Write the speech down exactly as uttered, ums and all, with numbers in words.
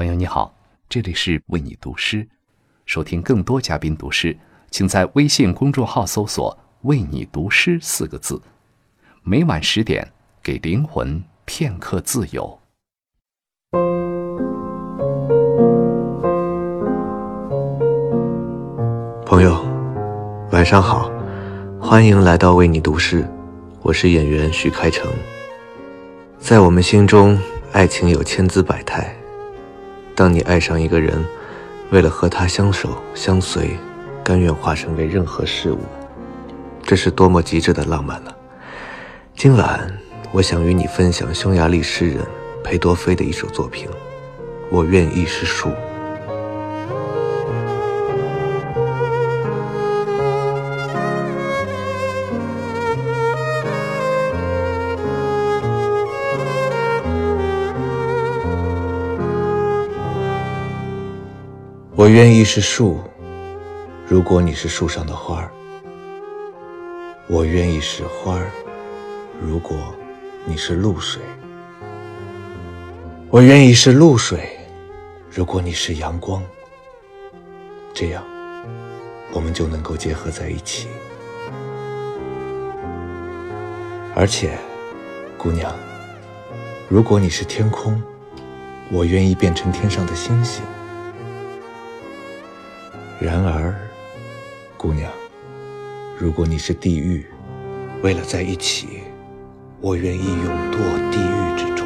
朋友你好，这里是为你读诗。收听更多嘉宾读诗，请在微信公众号搜索为你读诗四个字。每晚十点，给灵魂片刻自由。 朋友晚上好，欢迎来到为你读诗，我是演员徐开成。在我们心中，爱情有千姿百态，当你爱上一个人，为了和他相守相随，甘愿化身为任何事物，这是多么极致的浪漫了。今晚我想与你分享匈牙利诗人裴多菲的一首作品《我愿意是树》。我愿意是树，如果你是树上的花儿；我愿意是花儿，如果你是露水；我愿意是露水，如果你是阳光。这样，我们就能够结合在一起。而且，姑娘，如果你是天空，我愿意变成天上的星星。然而，姑娘，如果你是地狱，为了在一起，我愿意永堕地狱之中。